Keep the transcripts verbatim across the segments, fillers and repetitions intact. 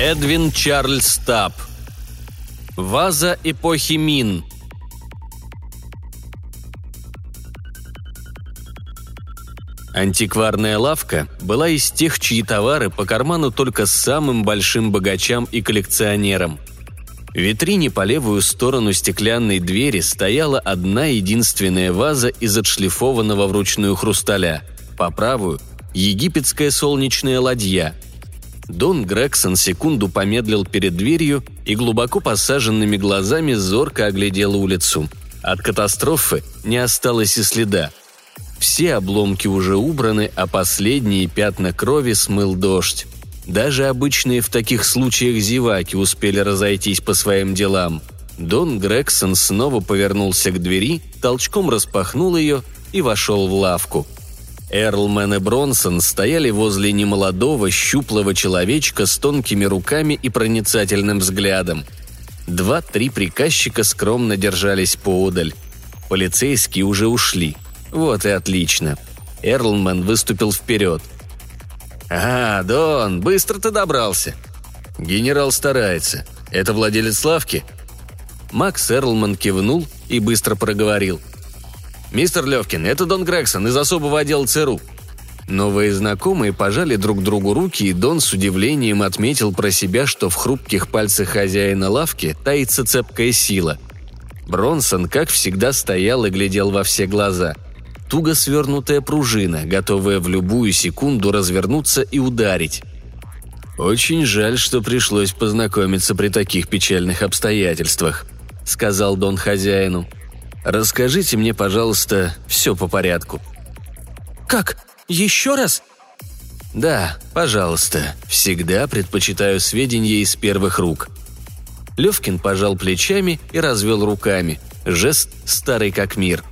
Эдвин Чарльз Таб. Ваза эпохи Мин. Антикварная лавка была из тех, чьи товары по карману только самым большим богачам и коллекционерам. В витрине по левую сторону стеклянной двери стояла одна единственная ваза из отшлифованного вручную хрусталя, по правую – египетская солнечная ладья. Дон Грегсон секунду помедлил перед дверью и глубоко посаженными глазами зорко оглядел улицу. От катастрофы не осталось и следа. Все обломки уже убраны, а последние пятна крови смыл дождь. Даже обычные в таких случаях зеваки успели разойтись по своим делам. Дон Грегсон снова повернулся к двери, толчком распахнул ее и вошел в лавку. Эрлман и Бронсон стояли возле немолодого, щуплого человечка с тонкими руками и проницательным взглядом. Два-три приказчика скромно держались поодаль. Полицейские уже ушли. Вот и отлично. Эрлман выступил вперед. «А, Дон, быстро ты добрался!» «Генерал старается. Это владелец лавки?» Макс Эрлман кивнул и быстро проговорил. «Мистер Левкин, это Дон Грегсон из особого отдела ЦРУ». Новые знакомые пожали друг другу руки, и Дон с удивлением отметил про себя, что в хрупких пальцах хозяина лавки таится цепкая сила. Бронсон, как всегда, стоял и глядел во все глаза. Туго свернутая пружина, готовая в любую секунду развернуться и ударить. «Очень жаль, что пришлось познакомиться при таких печальных обстоятельствах», — сказал Дон хозяину. «Расскажите мне, пожалуйста, все по порядку». «Как? Еще раз?» «Да, пожалуйста. Всегда предпочитаю сведения из первых рук». Левкин пожал плечами и развел руками. Жест старый как мир.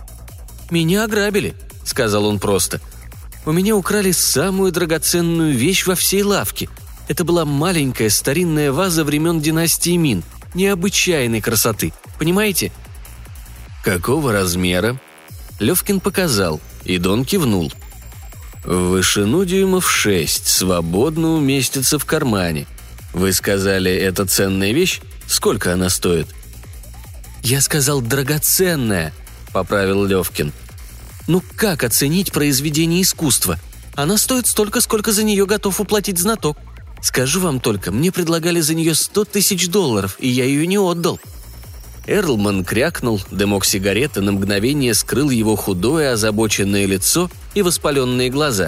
«Меня ограбили», — сказал он просто. «У меня украли самую драгоценную вещь во всей лавке. Это была маленькая старинная ваза времен династии Мин, необычайной красоты. Понимаете?» «Какого размера?» Левкин показал, и Дон кивнул. «В вышину дюймов шесть, свободно уместится в кармане. Вы сказали, это ценная вещь? Сколько она стоит?» «Я сказал, драгоценная», — поправил Левкин. «Ну как оценить произведение искусства? Она стоит столько, сколько за нее готов уплатить знаток. Скажу вам только, мне предлагали за нее сто тысяч долларов, и я ее не отдал». Эрлман крякнул, дымок сигареты на мгновение скрыл его худое озабоченное лицо и воспаленные глаза.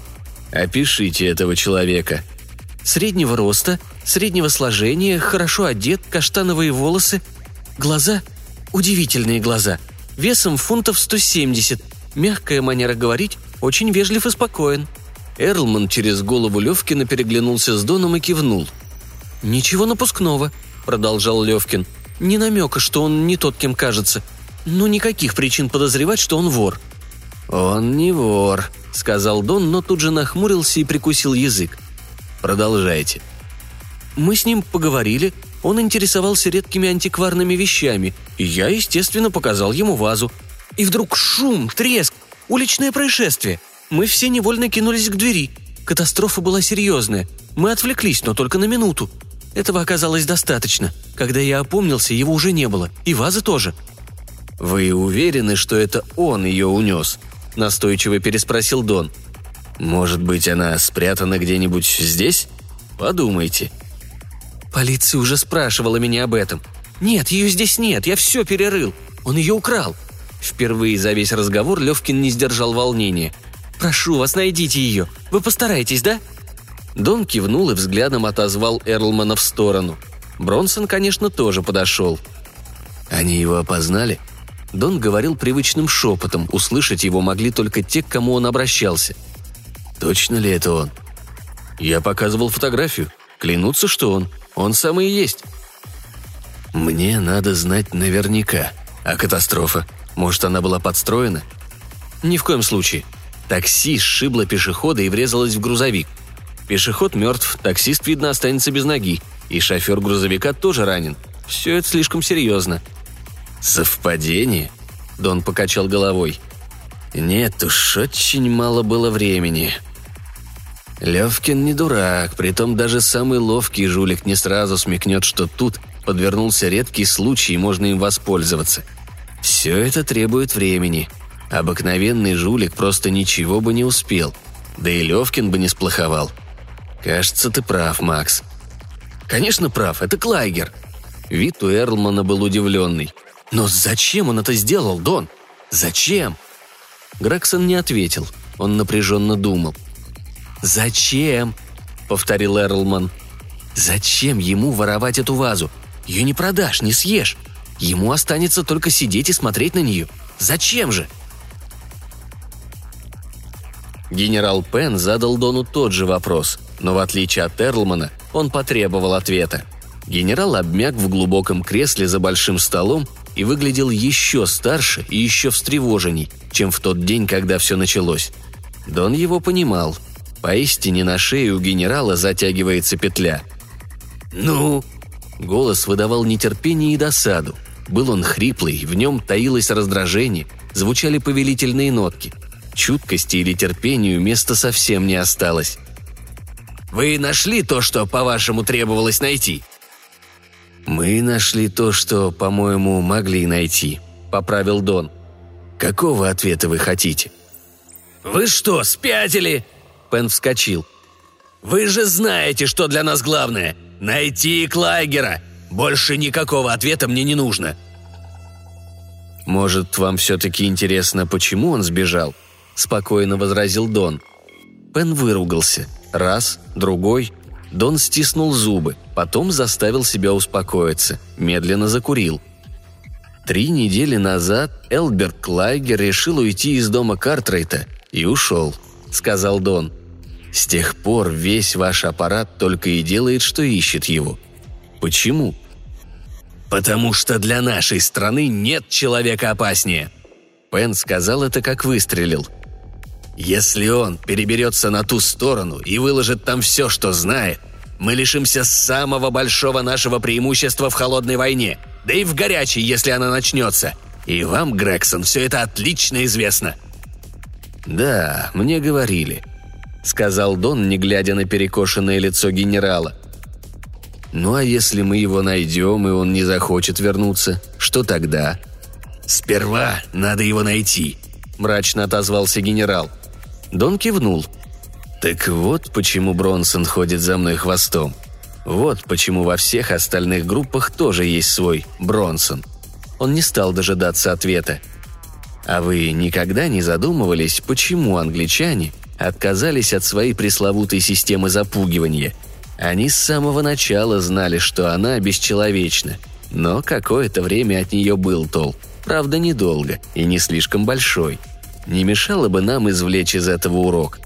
«Опишите этого человека». «Среднего роста, среднего сложения, хорошо одет, каштановые волосы. Глаза – удивительные глаза. Весом фунтов сто семьдесят. Мягкая манера говорить, очень вежлив и спокоен». Эрлман через голову Левкина переглянулся с Доном и кивнул. «Ничего напускного», – продолжал Левкин. «Ни намека, что он не тот, кем кажется. Но никаких причин подозревать, что он вор». «Он не вор», – сказал Дон, но тут же нахмурился и прикусил язык. «Продолжайте». «Мы с ним поговорили, он интересовался редкими антикварными вещами, и я, естественно, показал ему вазу. И вдруг шум, треск, уличное происшествие. Мы все невольно кинулись к двери. Катастрофа была серьезная. Мы отвлеклись, но только на минуту. Этого оказалось достаточно. Когда я опомнился, его уже не было. И вазы тоже». «Вы уверены, что это он ее унес?» – настойчиво переспросил Дон. «Может быть, она спрятана где-нибудь здесь? Подумайте». «Полиция уже спрашивала меня об этом. Нет, ее здесь нет, я все перерыл. Он ее украл». Впервые за весь разговор Левкин не сдержал волнения. «Прошу вас, найдите ее. Вы постараетесь, да?» Дон кивнул и взглядом отозвал Эрлмана в сторону. Бронсон, конечно, тоже подошел. «Они его опознали?» Дон говорил привычным шепотом, услышать его могли только те, к кому он обращался. «Точно ли это он?» «Я показывал фотографию. Клянутся, что он. Он самый и есть». «Мне надо знать наверняка. А катастрофа? Может, она была подстроена?» «Ни в коем случае. Такси сшибло пешехода и врезалось в грузовик. Пешеход мертв, таксист, видно, останется без ноги. И шофер грузовика тоже ранен. Все это слишком серьезно». «Совпадение?» – Дон покачал головой. «Нет уж, очень мало было времени». Левкин не дурак, притом даже самый ловкий жулик не сразу смекнет, что тут подвернулся редкий случай и можно им воспользоваться. Все это требует времени. Обыкновенный жулик просто ничего бы не успел. Да и Левкин бы не сплоховал. Кажется, ты прав, Макс. Конечно, прав, это Клайгер. Вид у Эрлмана был удивленный. Но зачем он это сделал, Дон? Зачем? Грегсон не ответил. Он напряженно думал. «Зачем?» — повторил Эрлман. «Зачем ему воровать эту вазу? Ее не продашь, не съешь. Ему останется только сидеть и смотреть на нее. Зачем же?» Генерал Пен задал Дону тот же вопрос, но в отличие от Эрлмана, он потребовал ответа. Генерал обмяк в глубоком кресле за большим столом и выглядел еще старше и еще встревоженней, чем в тот день, когда все началось. Дон его понимал. Поистине на шее у генерала затягивается петля. «Ну?» Голос выдавал нетерпение и досаду. Был он хриплый, в нем таилось раздражение, звучали повелительные нотки. Чуткости или терпению места совсем не осталось. «Вы нашли то, что, по-вашему, требовалось найти?» «Мы нашли то, что, по-моему, могли найти», — поправил Дон. «Какого ответа вы хотите?» «Вы что, спятили?» Пен вскочил. «Вы же знаете, что для нас главное – найти Клайгера. Больше никакого ответа мне не нужно». «Может, вам все-таки интересно, почему он сбежал?» – спокойно возразил Дон. Пен выругался. Раз, другой. Дон стиснул зубы, потом заставил себя успокоиться, медленно закурил. Три недели назад Элберт Клайгер решил уйти из дома Картрайта и ушел, сказал Дон. С тех пор весь ваш аппарат только и делает, что ищет его. Почему? Потому что для нашей страны нет человека опаснее. Пен сказал это, как выстрелил. Если он переберется на ту сторону и выложит там все, что знает, мы лишимся самого большого нашего преимущества в холодной войне, да и в горячей, если она начнется. И вам, Грегсон, все это отлично известно». «Да, мне говорили», — сказал Дон, не глядя на перекошенное лицо генерала. «Ну а если мы его найдем, и он не захочет вернуться, что тогда?» «Сперва надо его найти», — мрачно отозвался генерал. Дон кивнул. «Так вот почему Бронсон ходит за мной хвостом. Вот почему во всех остальных группах тоже есть свой Бронсон». Он не стал дожидаться ответа. «А вы никогда не задумывались, почему англичане отказались от своей пресловутой системы запугивания? Они с самого начала знали, что она бесчеловечна, но какое-то время от нее был толк, правда недолго и не слишком большой. Не мешало бы нам извлечь из этого урок».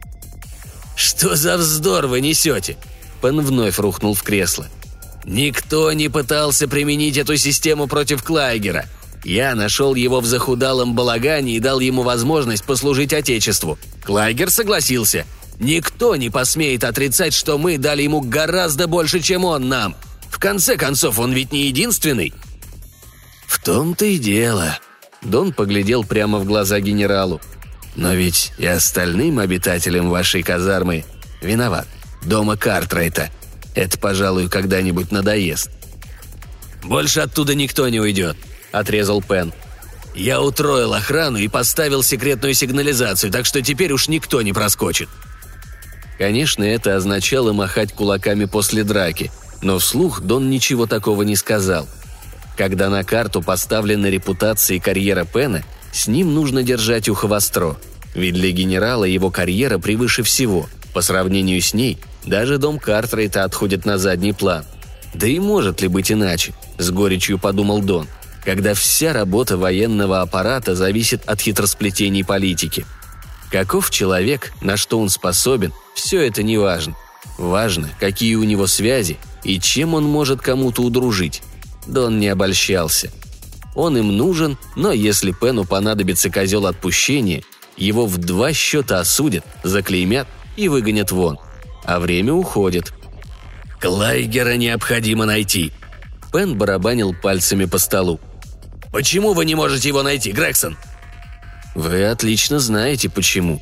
«Что за вздор вы несете?» Пен вновь рухнул в кресло. «Никто не пытался применить эту систему против Клайгера. Я нашел его в захудалом балагане и дал ему возможность послужить Отечеству. Клайгер согласился. Никто не посмеет отрицать, что мы дали ему гораздо больше, чем он нам. В конце концов, он ведь не единственный». «В том-то и дело». Дон поглядел прямо в глаза генералу. «Но ведь и остальным обитателям вашей казармы виноват. Дома Картрайта. Это, пожалуй, когда-нибудь надоест». «Больше оттуда никто не уйдет», — отрезал Пен. «Я утроил охрану и поставил секретную сигнализацию, так что теперь уж никто не проскочит». Конечно, это означало махать кулаками после драки, но вслух Дон ничего такого не сказал. Когда на карту поставлена репутация и карьера Пена, с ним нужно держать ухо востро, ведь для генерала его карьера превыше всего. По сравнению с ней, даже дом Картрайта отходит на задний план. Да и может ли быть иначе, с горечью подумал Дон, когда вся работа военного аппарата зависит от хитросплетений политики. Каков человек, на что он способен, все это не важно. Важно, какие у него связи и чем он может кому-то удружить. Дон не обольщался. Он им нужен, но если Пену понадобится козел отпущения, его в два счета осудят, заклеймят и выгонят вон. А время уходит. «Клайгера необходимо найти!» Пен барабанил пальцами по столу. «Почему вы не можете его найти, Грегсон?» «Вы отлично знаете, почему.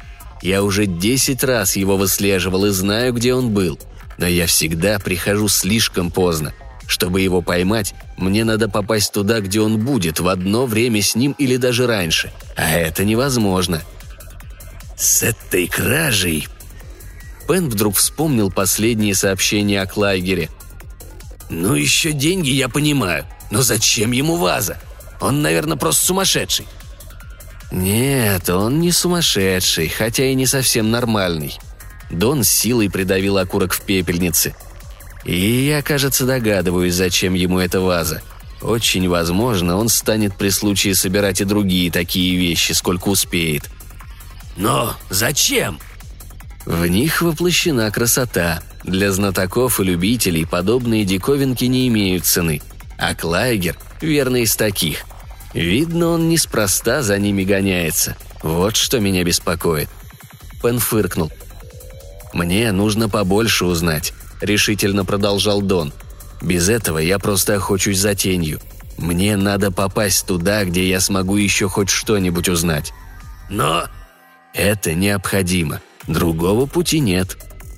Я уже десять раз его выслеживал и знаю, где он был. Но я всегда прихожу слишком поздно. Чтобы его поймать, мне надо попасть туда, где он будет, в одно время с ним или даже раньше. А это невозможно. С этой кражей... Пен вдруг вспомнил последние сообщения о Клайгере. «Ну, еще деньги, я понимаю. Но зачем ему ваза? Он, наверное, просто сумасшедший». «Нет, он не сумасшедший, хотя и не совсем нормальный». Дон с силой придавил окурок в пепельнице. «И я, кажется, догадываюсь, зачем ему эта ваза. Очень возможно, он станет при случае собирать и другие такие вещи, сколько успеет». «Но зачем?» «В них воплощена красота. Для знатоков и любителей подобные диковинки не имеют цены. А Клайгер – верный из таких. Видно, он неспроста за ними гоняется. Вот что меня беспокоит». Пен фыркнул. «Мне нужно побольше узнать», – решительно продолжал Дон. «Без этого я просто охочусь за тенью. Мне надо попасть туда, где я смогу еще хоть что-нибудь узнать. Но это необходимо. Другого пути нет».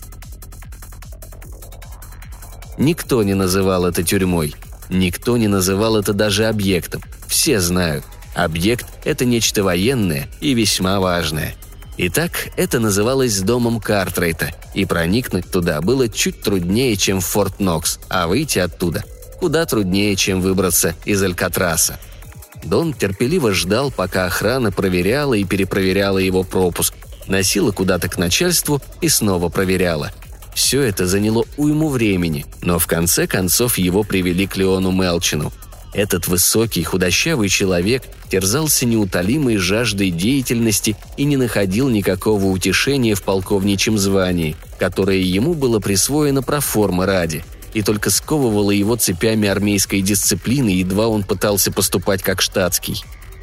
Никто не называл это тюрьмой. Никто не называл это даже объектом. Все знают. Объект – это нечто военное и весьма важное. Итак, это называлось домом Картрайта, и проникнуть туда было чуть труднее, чем в Форт Нокс, а выйти оттуда куда труднее, чем выбраться из Алькатраса. Дон терпеливо ждал, пока охрана проверяла и перепроверяла его пропуск, носила куда-то к начальству и снова проверяла. Все это заняло уйму времени, но в конце концов его привели к Леону Мелчину. Этот высокий, худощавый человек терзался неутолимой жаждой деятельности и не находил никакого утешения в полковничьем звании, которое ему было присвоено проформы ради, и только сковывало его цепями армейской дисциплины, едва он пытался поступать как штатский.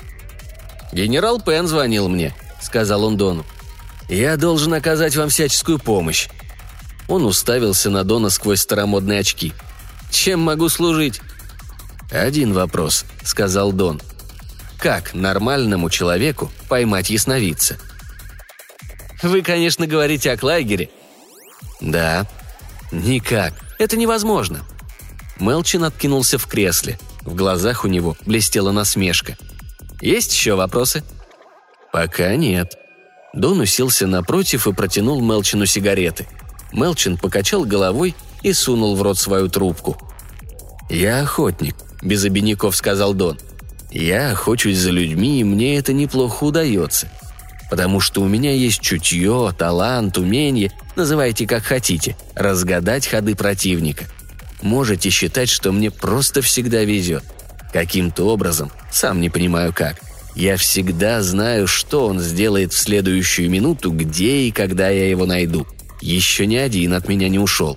«Генерал Пен звонил мне», — сказал он Дону. «Я должен оказать вам всяческую помощь». Он уставился на Дона сквозь старомодные очки. «Чем могу служить?» «Один вопрос», — сказал Дон. «Как нормальному человеку поймать ясновидца?» «Вы, конечно, говорите о Клайгере». «Да». «Никак. Это невозможно». Мелчин откинулся в кресле. В глазах у него блестела насмешка. «Есть еще вопросы?» «Пока нет». Дон уселся напротив и протянул Мелчину сигареты. Мелчин покачал головой и сунул в рот свою трубку. «Я охотник», – без обиняков сказал Дон. «Я охочусь за людьми, и мне это неплохо удается. Потому что у меня есть чутье, талант, умение, называйте как хотите, разгадать ходы противника. Можете считать, что мне просто всегда везет. Каким-то образом, сам не понимаю как. Я всегда знаю, что он сделает в следующую минуту, где и когда я его найду. Еще ни один от меня не ушел».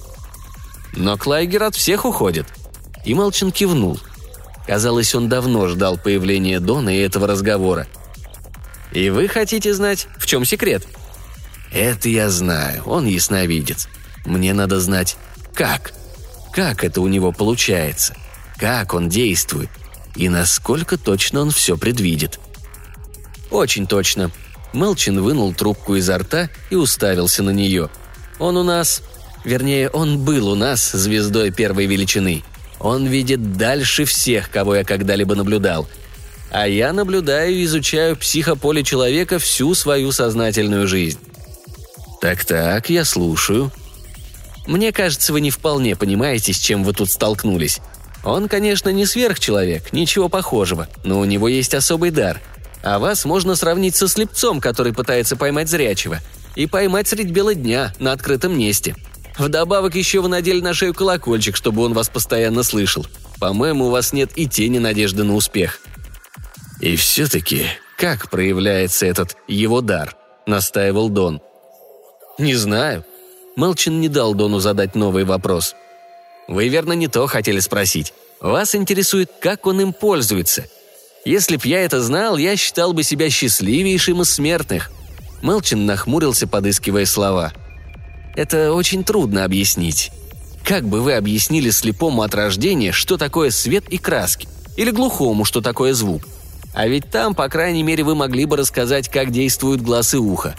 «Но Клайгер от всех уходит». И Мелчин кивнул. Казалось, он давно ждал появления Дона и этого разговора. «И вы хотите знать, в чем секрет?» «Это я знаю, он ясновидец. Мне надо знать, как. Как это у него получается. Как он действует. И насколько точно он все предвидит». «Очень точно». Мелчин вынул трубку изо рта и уставился на нее. «Он у нас... Вернее, он был у нас звездой первой величины. Он видит дальше всех, кого я когда-либо наблюдал. А я наблюдаю и изучаю психополе человека всю свою сознательную жизнь». «Так-так, я слушаю». «Мне кажется, вы не вполне понимаете, с чем вы тут столкнулись. Он, конечно, не сверхчеловек, ничего похожего, но у него есть особый дар. А вас можно сравнить со слепцом, который пытается поймать зрячего. И поймать средь бела дня, на открытом месте. Вдобавок еще вы надели на шею колокольчик, чтобы он вас постоянно слышал. По-моему, у вас нет и тени надежды на успех». «И все-таки, как проявляется этот его дар?» – настаивал Дон. «Не знаю». Мелчин не дал Дону задать новый вопрос. «Вы, верно, не то хотели спросить. Вас интересует, как он им пользуется. Если б я это знал, я считал бы себя счастливейшим из смертных». Мелчин нахмурился, подыскивая слова. «Это очень трудно объяснить. Как бы вы объяснили слепому от рождения, что такое свет и краски? Или глухому, что такое звук? А ведь там, по крайней мере, вы могли бы рассказать, как действуют глаз и ухо.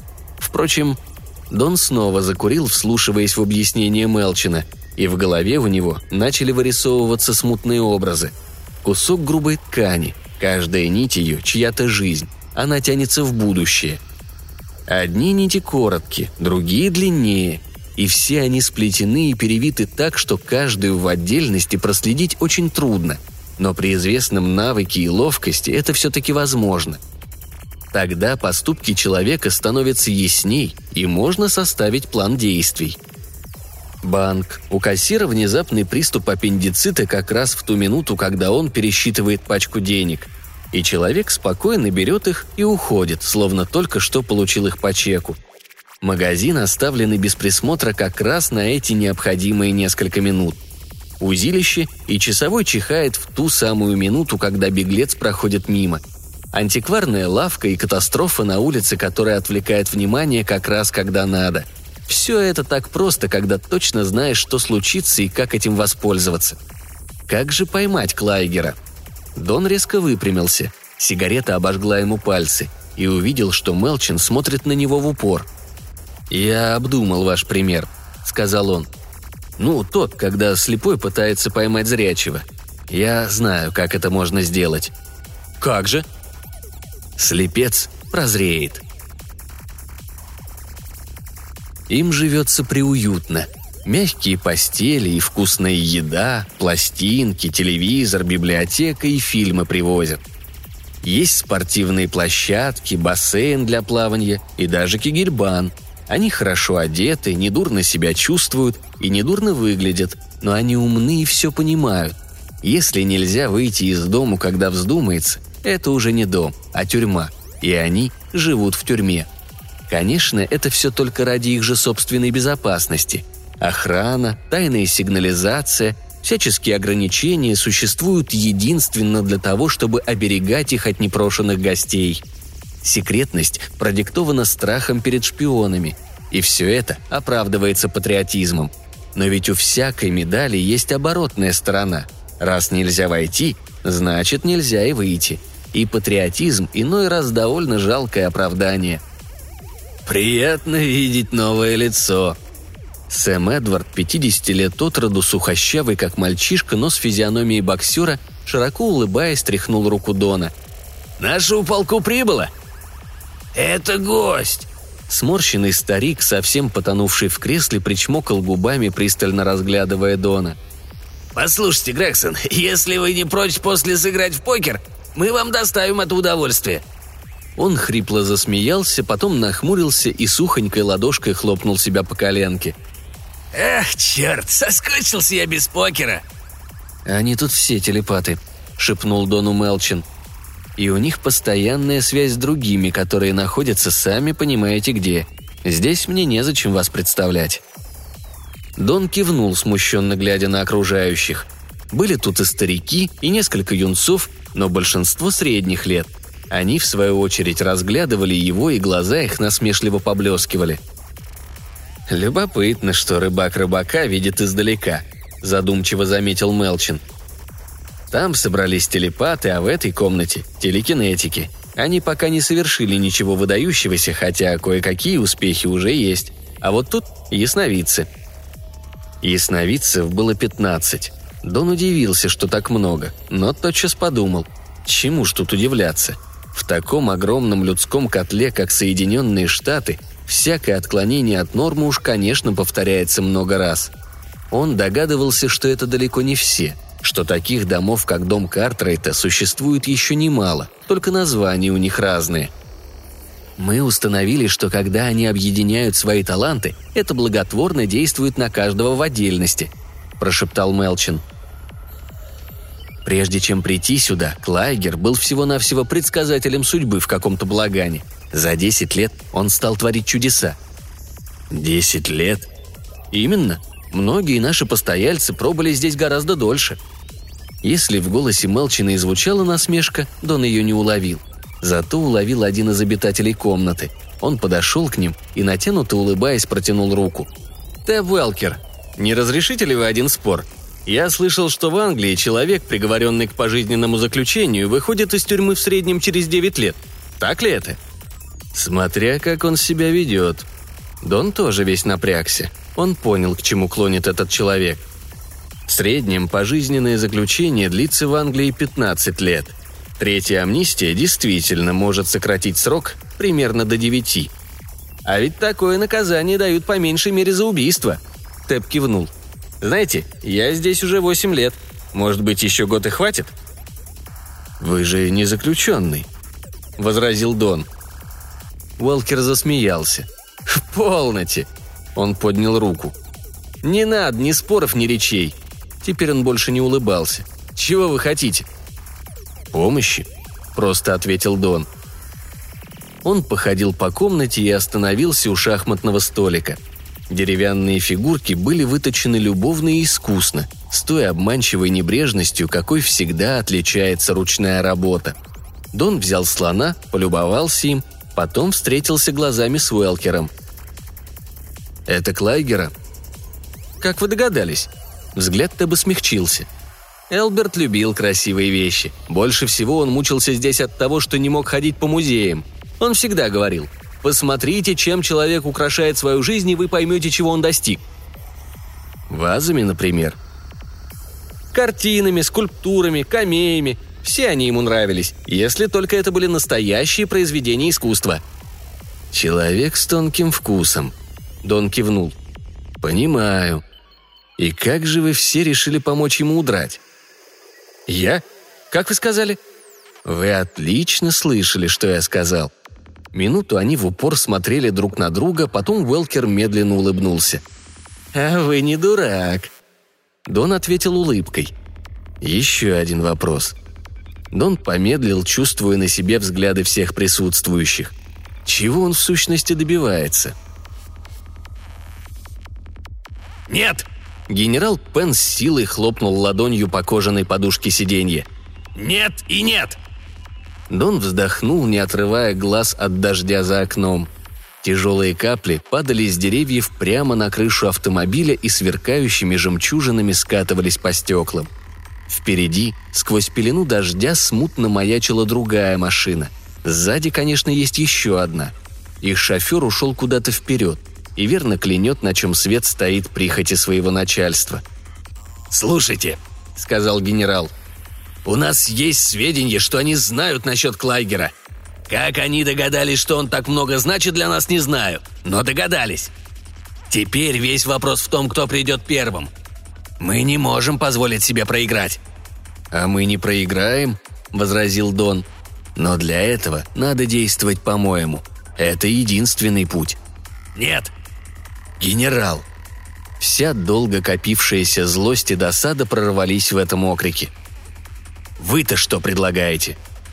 Впрочем, Дон снова закурил, вслушиваясь в объяснение Мелчина, и в голове у него начали вырисовываться смутные образы. Кусок грубой ткани, каждая нить ее – чья-то жизнь, она тянется в будущее. Одни нити короткие, другие длиннее, и все они сплетены и перевиты так, что каждую в отдельности проследить очень трудно, но при известном навыке и ловкости это все-таки возможно. Тогда поступки человека становятся ясней, и можно составить план действий. Банк. У кассира внезапный приступ аппендицита как раз в ту минуту, когда он пересчитывает пачку денег. И человек спокойно берет их и уходит, словно только что получил их по чеку. Магазин оставленный без присмотра как раз на эти необходимые несколько минут. Узилище и часовой чихает в ту самую минуту, когда беглец проходит мимо. Антикварная лавка и катастрофа на улице, которая отвлекает внимание как раз когда надо. Все это так просто, когда точно знаешь, что случится и как этим воспользоваться. Как же поймать Клайгера? Дон резко выпрямился. Сигарета обожгла ему пальцы и увидел, что Мелчин смотрит на него в упор. «Я обдумал ваш пример», — сказал он. «Ну, тот, когда слепой пытается поймать зрячего. Я знаю, как это можно сделать». «Как же?» «Слепец прозреет». Им живется преуютно. Мягкие постели и вкусная еда, пластинки, телевизор, библиотека и фильмы привозят. Есть спортивные площадки, бассейн для плавания и даже кегельбан. Они хорошо одеты, недурно себя чувствуют и недурно выглядят, но они умны и все понимают. Если нельзя выйти из дому, когда вздумается, это уже не дом, а тюрьма, и они живут в тюрьме. Конечно, это все только ради их же собственной безопасности. Охрана, тайная сигнализация, всяческие ограничения существуют единственно для того, чтобы оберегать их от непрошенных гостей. Секретность продиктована страхом перед шпионами, и все это оправдывается патриотизмом. Но ведь у всякой медали есть оборотная сторона. Раз нельзя войти, значит нельзя и выйти. И патриотизм иной раз довольно жалкое оправдание. «Приятно видеть новое лицо». Сэм Эдвард, пятидесяти лет от роду, сухощавый, как мальчишка, но с физиономией боксера, широко улыбаясь, тряхнул руку Дона. «Наша полку прибыла?» «Это гость!» Сморщенный старик, совсем потонувший в кресле, причмокал губами, пристально разглядывая Дона. «Послушайте, Грегсон, если вы не прочь после сыграть в покер, мы вам доставим это удовольствие». Он хрипло засмеялся, потом нахмурился и сухонькой ладошкой хлопнул себя по коленке. «Эх, черт, соскучился я без покера!» «Они тут все телепаты», — шепнул Дону Мелчин. «И у них постоянная связь с другими, которые находятся сами понимаете где. Здесь мне незачем вас представлять». Дон кивнул, смущенно глядя на окружающих. Были тут и старики, и несколько юнцов, но большинство средних лет. Они, в свою очередь, разглядывали его, и глаза их насмешливо поблескивали. «Любопытно, что рыбак рыбака видит издалека», – задумчиво заметил Мелчин. «Там собрались телепаты, а в этой комнате – телекинетики. Они пока не совершили ничего выдающегося, хотя кое-какие успехи уже есть. А вот тут – ясновидцы». Ясновидцев было пятнадцать. Дон удивился, что так много, но тотчас подумал – чему ж тут удивляться? В таком огромном людском котле, как Соединенные Штаты, всякое отклонение от нормы уж, конечно, повторяется много раз. Он догадывался, что это далеко не все, что таких домов, как дом Картрайта, существует еще немало, только названия у них разные. «Мы установили, что когда они объединяют свои таланты, это благотворно действует на каждого в отдельности», – прошептал Мелчин. Прежде чем прийти сюда, Клайгер был всего-навсего предсказателем судьбы в каком-то балагане. За десять лет он стал творить чудеса. Десять лет? Именно. Многие наши постояльцы пробыли здесь гораздо дольше. Если в голосе Мелчина и звучала насмешка, Дон ее не уловил. Зато уловил один из обитателей комнаты. Он подошел к ним и, натянуто улыбаясь, протянул руку. «Тэб Уэлкер, не разрешите ли вы один спор? Я слышал, что в Англии человек, приговоренный к пожизненному заключению, выходит из тюрьмы в среднем через девять лет. Так ли это?» Смотря как он себя ведет. Дон тоже весь напрягся. Он понял, к чему клонит этот человек. В среднем пожизненное заключение длится в Англии пятнадцать лет. Третья амнистия действительно может сократить срок примерно до девяти. А ведь такое наказание дают по меньшей мере за убийство. Тэп кивнул. Знаете, я здесь уже восемь лет. Может быть, еще год и хватит? Вы же не заключенный, возразил Дон. Уолкер засмеялся. «Полноте!» Он поднял руку. «Не надо ни споров, ни речей!» Теперь он больше не улыбался. «Чего вы хотите?» «Помощи», — просто ответил Дон. Он походил по комнате и остановился у шахматного столика. Деревянные фигурки были выточены любовно и искусно, с той обманчивой небрежностью, какой всегда отличается ручная работа. Дон взял слона, полюбовался им, потом встретился глазами с Уэлкером. «Это Клайгера?» «Как вы догадались?» Взгляд Тэба смягчился. Элберт любил красивые вещи. Больше всего он мучился здесь от того, что не мог ходить по музеям. Он всегда говорил: «Посмотрите, чем человек украшает свою жизнь, и вы поймете, чего он достиг». «Вазами, например?» «Картинами, скульптурами, камеями. Все они ему нравились, если только это были настоящие произведения искусства». «Человек с тонким вкусом», — Дон кивнул. «Понимаю. И как же вы все решили помочь ему удрать?» «Я? Как вы сказали?» «Вы отлично слышали, что я сказал». Минуту они в упор смотрели друг на друга, потом Уэлкер медленно улыбнулся. «А вы не дурак». Дон ответил улыбкой. «Еще один вопрос». Дон помедлил, чувствуя на себе взгляды всех присутствующих. Чего он в сущности добивается? «Нет!» Генерал Пен с силой хлопнул ладонью по кожаной подушке сиденья. «Нет и нет!» Дон вздохнул, не отрывая глаз от дождя за окном. Тяжелые капли падали с деревьев прямо на крышу автомобиля и сверкающими жемчужинами скатывались по стеклам. Впереди, сквозь пелену дождя, смутно маячила другая машина. Сзади, конечно, есть еще одна. Их шофер ушел куда-то вперед и верно клянет, на чем свет стоит прихоти своего начальства. «Слушайте», — сказал генерал, — «у нас есть сведения, что они знают насчет Клайгера. Как они догадались, что он так много значит для нас, не знаю, но догадались. Теперь весь вопрос в том, кто придет первым. Мы не можем позволить себе проиграть». «А мы не проиграем», — возразил Дон. «Но для этого надо действовать по-моему. Это единственный путь». «Нет». «Генерал». Вся долго копившаяся злость и досада прорвались в этом окрике. «Вы-то что предлагаете?»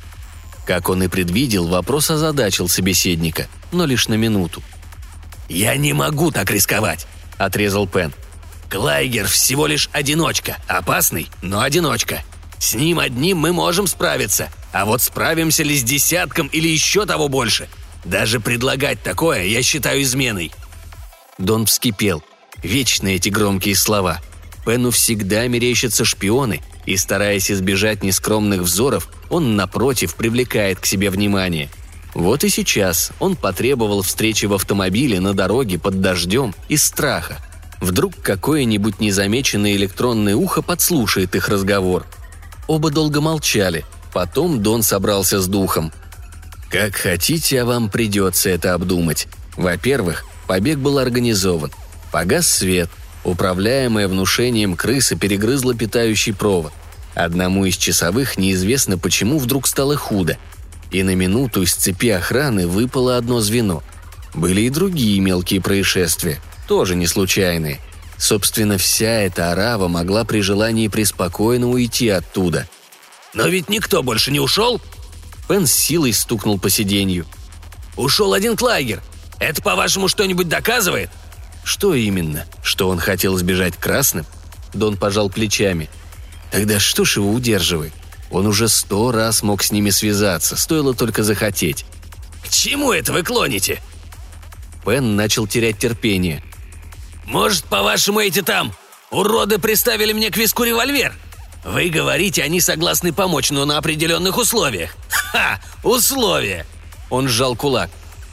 Как он и предвидел, вопрос озадачил собеседника, но лишь на минуту. «Я не могу так рисковать», — отрезал Пен. «Клайгер всего лишь одиночка, опасный, но одиночка. С ним одним мы можем справиться, а вот справимся ли с десятком или еще того больше? Даже предлагать такое я считаю изменой». Дон вскипел. Вечно эти громкие слова. Пену всегда мерещатся шпионы, и, стараясь избежать нескромных взоров, он, напротив, привлекает к себе внимание. Вот и сейчас он потребовал встречи в автомобиле на дороге под дождем из страха. Вдруг какое-нибудь незамеченное электронное ухо подслушает их разговор. Оба долго молчали, потом Дон собрался с духом. «Как хотите, а вам придется это обдумать. Во-первых, побег был организован. Погас свет. Управляемая внушением крыса перегрызла питающий провод. Одному из часовых неизвестно почему вдруг стало худо. И на минуту из цепи охраны выпало одно звено. Были и другие мелкие происшествия, тоже не случайные. Собственно, вся эта орава могла при желании преспокойно уйти оттуда. «Но ведь никто больше не ушел?» Пен с силой стукнул по сиденью. «Ушел один Клайгер. Это, по-вашему, что-нибудь доказывает?» «Что именно? Что он хотел сбежать красным?» Дон пожал плечами. «Тогда что ж его удерживает? Он уже сто раз мог с ними связаться, стоило только захотеть». «К чему это вы клоните?» Пен начал терять терпение. «Может, по-вашему, эти там уроды приставили мне к виску револьвер? Вы говорите, они согласны помочь, но на определенных условиях. Ха! Условия!» Он сжал кулак.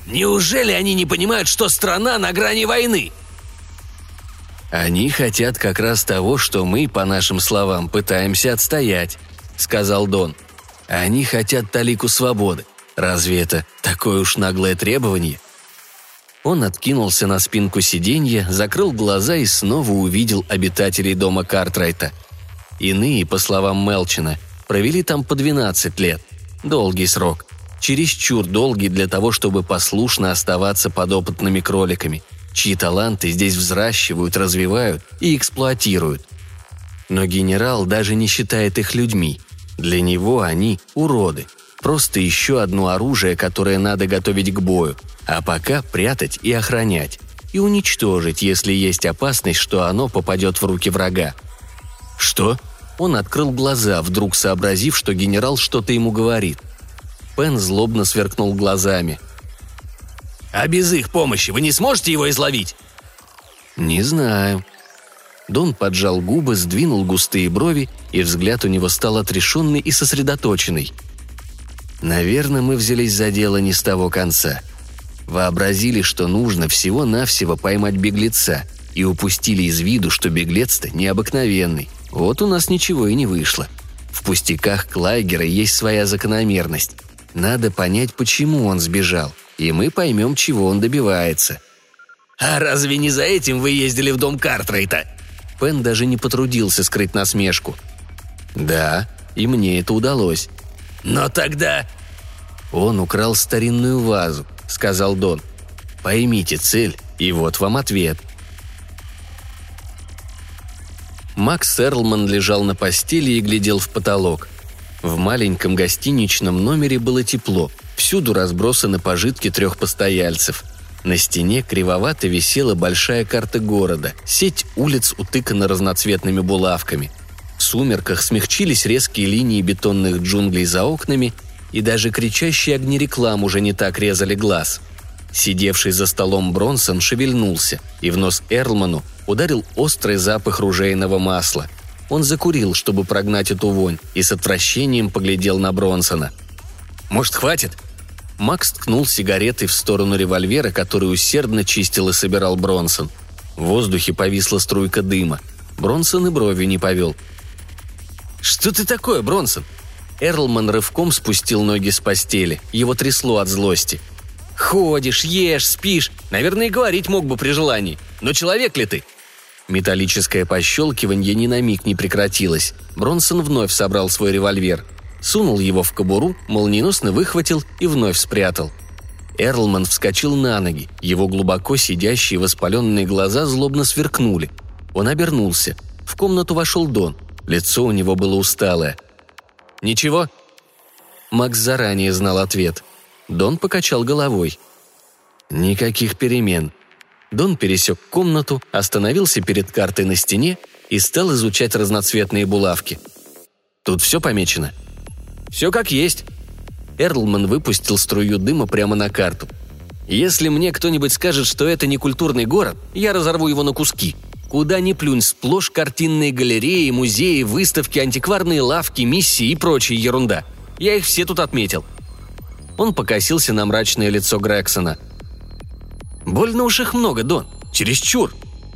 Неужели они не понимают, что страна на грани войны?» «Они хотят как раз того, что мы, по нашим словам, пытаемся отстоять», — сказал Дон. «Они хотят талику свободы. Разве это такое уж наглое требование?» Он откинулся на спинку сиденья, закрыл глаза и снова увидел обитателей дома Картрайта. Иные, по словам Мелчина, провели там по двенадцать лет. Долгий срок. Чересчур долгий для того, чтобы послушно оставаться подопытными кроликами, чьи таланты здесь взращивают, развивают и эксплуатируют. Но генерал даже не считает их людьми. Для него они – уроды. Просто еще одно оружие, которое надо готовить к бою, а пока прятать и охранять. И уничтожить, если есть опасность, что оно попадет в руки врага. «Что?» Он открыл глаза, вдруг сообразив, что генерал что-то ему говорит. Пен злобно сверкнул глазами. «А без их помощи вы не сможете его изловить?» «Не знаю». Дон поджал губы, сдвинул густые брови, и взгляд у него стал отрешенный и сосредоточенный. «Наверное, мы взялись за дело не с того конца. Вообразили, что нужно всего-навсего поймать беглеца, и упустили из виду, что беглец-то необыкновенный. Вот у нас ничего и не вышло. В пустяках Клайгера есть своя закономерность. Надо понять, почему он сбежал, и мы поймем, чего он добивается». «А разве не за этим вы ездили в дом Картрайта?» Пен даже не потрудился скрыть насмешку. «Да, и мне это удалось». «Но тогда...» «Он украл старинную вазу», — сказал Дон. «Поймите цель, и вот вам ответ». Макс Эрлман лежал на постели и глядел в потолок. В маленьком гостиничном номере было тепло, всюду разбросаны пожитки трех постояльцев. На стене кривовато висела большая карта города, сеть улиц утыкана разноцветными булавками. В сумерках смягчились резкие линии бетонных джунглей за окнами, и даже кричащие огни реклам уже не так резали глаз. Сидевший за столом Бронсон шевельнулся, и в нос Эрлману ударил острый запах ружейного масла. Он закурил, чтобы прогнать эту вонь, и с отвращением поглядел на Бронсона. «Может, хватит?» Макс ткнул сигаретой в сторону револьвера, который усердно чистил и собирал Бронсон. В воздухе повисла струйка дыма. Бронсон и бровью не повел. «Что ты такое, Бронсон?» Эрлман рывком спустил ноги с постели. Его трясло от злости. «Ходишь, ешь, спишь. Наверное, и говорить мог бы при желании. Но человек ли ты?» Металлическое пощелкивание ни на миг не прекратилось. Бронсон вновь собрал свой револьвер. Сунул его в кобуру, молниеносно выхватил и вновь спрятал. Эрлман вскочил на ноги. Его глубоко сидящие воспаленные глаза злобно сверкнули. Он обернулся. В комнату вошел Дон. Лицо у него было усталое. «Ничего?» Макс заранее знал ответ. Дон покачал головой. «Никаких перемен». Дон пересек комнату, остановился перед картой на стене и стал изучать разноцветные булавки. «Тут все помечено?» «Все как есть». Эрлман выпустил струю дыма прямо на карту. «Если мне кто-нибудь скажет, что это не культурный город, я разорву его на куски. Куда ни плюнь, сплошь картинные галереи, музеи, выставки, антикварные лавки, миссии и прочая ерунда. Я их все тут отметил». Он покосился на мрачное лицо Грексона. «Больно уж их много, Дон. Чересчур».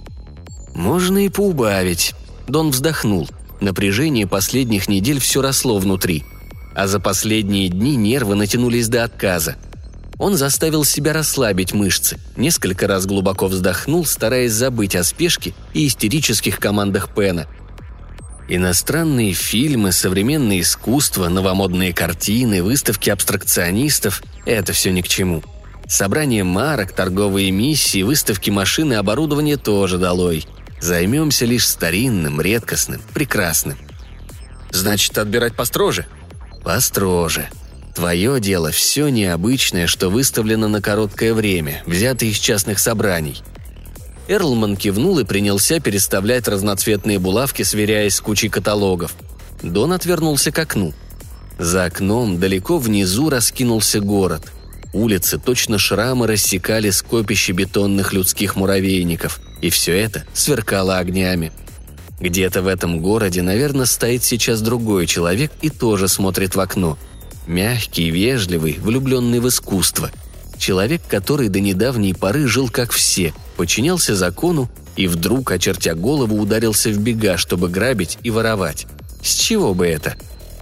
«Можно и поубавить». Дон вздохнул. Напряжение последних недель все росло внутри. А за последние дни нервы натянулись до отказа. Он заставил себя расслабить мышцы, несколько раз глубоко вздохнул, стараясь забыть о спешке и истерических командах Пена. Иностранные фильмы, современное искусство, новомодные картины, выставки абстракционистов – это все ни к чему. Собрание марок, торговые миссии, выставки машин и оборудования тоже долой. Займемся лишь старинным, редкостным, прекрасным. «Значит, отбирать построже?» «Построже. Твое дело – все необычное, что выставлено на короткое время, взято из частных собраний». Эрлман кивнул и принялся переставлять разноцветные булавки, сверяясь с кучей каталогов. Дон отвернулся к окну. За окном далеко внизу раскинулся город. Улицы, точно шрамы, рассекали скопище бетонных людских муравейников, и все это сверкало огнями. Где-то в этом городе, наверное, стоит сейчас другой человек и тоже смотрит в окно. Мягкий, вежливый, влюбленный в искусство. Человек, который до недавней поры жил как все, подчинялся закону и вдруг, очертя голову, ударился в бега, чтобы грабить и воровать. С чего бы это?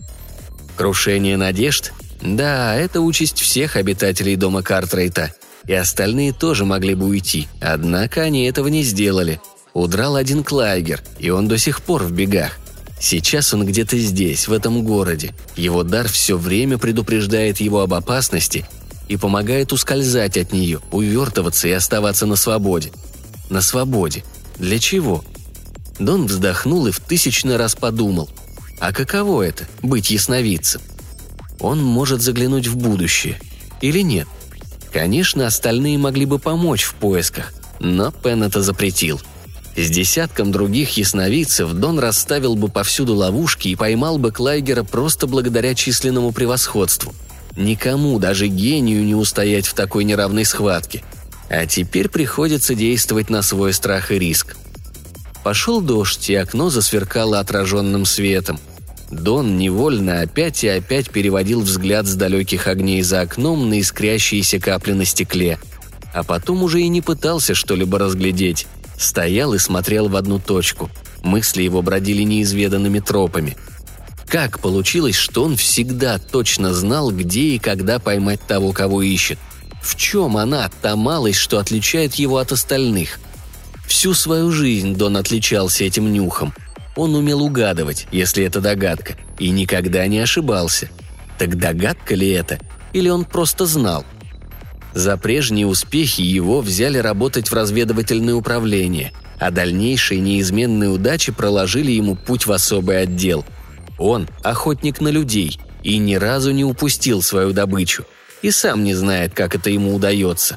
Крушение надежд? Да, это участь всех обитателей дома Картрайта. И остальные тоже могли бы уйти, однако они этого не сделали. Удрал один Клайгер, и он до сих пор в бегах. Сейчас он где-то здесь, в этом городе. Его дар все время предупреждает его об опасности и помогает ускользать от нее, увертываться и оставаться на свободе. На свободе. Для чего? Дон вздохнул и в тысячный раз подумал. А каково это – быть ясновидцем? Он может заглянуть в будущее. Или нет? Конечно, остальные могли бы помочь в поисках, но Пен это запретил. С десятком других ясновидцев Дон расставил бы повсюду ловушки и поймал бы Клайгера просто благодаря численному превосходству. Никому, даже гению, не устоять в такой неравной схватке. А теперь приходится действовать на свой страх и риск. Пошел дождь, и окно засверкало отраженным светом. Дон невольно опять и опять переводил взгляд с далеких огней за окном на искрящиеся капли на стекле. А потом уже и не пытался что-либо разглядеть. Стоял и смотрел в одну точку. Мысли его бродили неизведанными тропами. Как получилось, что он всегда точно знал, где и когда поймать того, кого ищет? В чем она, та малость, что отличает его от остальных? Всю свою жизнь Дон отличался этим нюхом. Он умел угадывать, если это догадка, и никогда не ошибался. Так догадка ли это? Или он просто знал? За прежние успехи его взяли работать в разведывательное управление, а дальнейшие неизменные удачи проложили ему путь в особый отдел. Он – охотник на людей и ни разу не упустил свою добычу, и сам не знает, как это ему удается.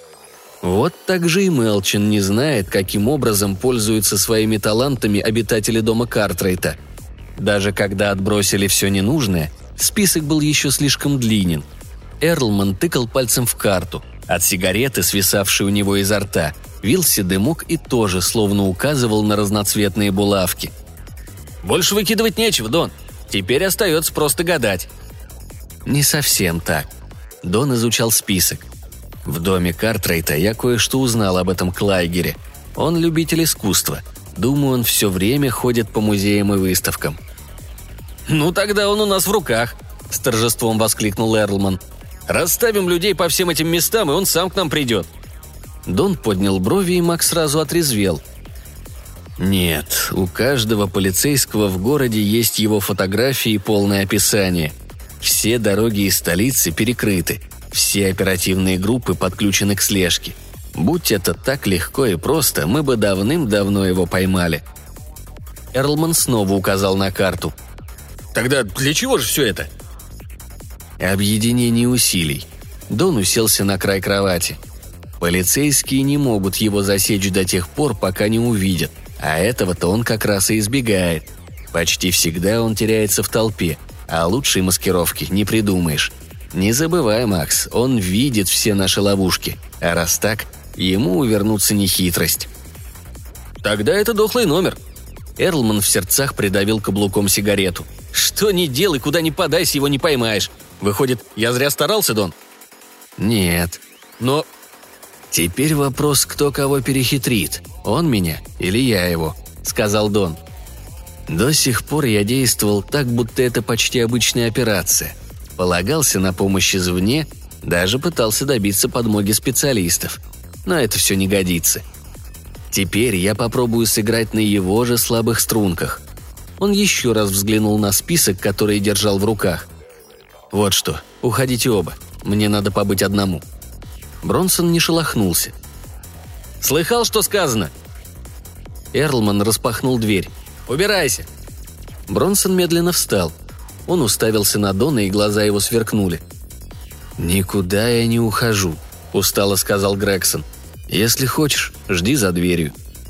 Вот так же и Мелчин не знает, каким образом пользуются своими талантами обитатели дома Картрайта. Даже когда отбросили все ненужное, список был еще слишком длинен. Эрлман тыкал пальцем в карту. От сигареты, свисавшей у него изо рта, вился дымок и тоже словно указывал на разноцветные булавки. «Больше выкидывать нечего, Дон. Теперь остается просто гадать». Не совсем так. Дон изучал список. В доме Картрайта я кое-что узнал об этом Клайгере. Он любитель искусства. Думаю, он все время ходит по музеям и выставкам. «Ну тогда он у нас в руках», – с торжеством воскликнул Эрлман. «Расставим людей по всем этим местам, и он сам к нам придет». Дон поднял брови, и Мак сразу отрезвел. «Нет, у каждого полицейского в городе есть его фотографии и полное описание. Все дороги из столицы перекрыты, все оперативные группы подключены к слежке. Будь это так легко и просто, мы бы давным-давно его поймали». Эрлман снова указал на карту. «Тогда для чего же все это?» «Объединение усилий». Дон уселся на край кровати. «Полицейские не могут его засечь до тех пор, пока не увидят, а этого-то он как раз и избегает. Почти всегда он теряется в толпе, а лучшей маскировки не придумаешь. Не забывай, Макс, он видит все наши ловушки, а раз так, ему увернуться не хитрость». «Тогда это дохлый номер». Эрлман в сердцах придавил каблуком сигарету. «Что ни делай, куда ни подайся, его не поймаешь. Выходит, я зря старался, Дон?» «Нет. Но...» «Теперь вопрос, кто кого перехитрит, он меня или я его», — сказал Дон. «До сих пор я действовал так, будто это почти обычная операция. Полагался на помощь извне, даже пытался добиться подмоги специалистов. Но это все не годится. Теперь я попробую сыграть на его же слабых струнках». Он еще раз взглянул на список, который держал в руках. «Вот что, уходите оба. Мне надо побыть одному». Бронсон не шелохнулся. «Слыхал, что сказано?» Эрлман распахнул дверь. «Убирайся!» Бронсон медленно встал. Он уставился на Дона, и глаза его сверкнули. «Никуда я не ухожу», – устало сказал Грегсон. «Если хочешь, жди за дверью».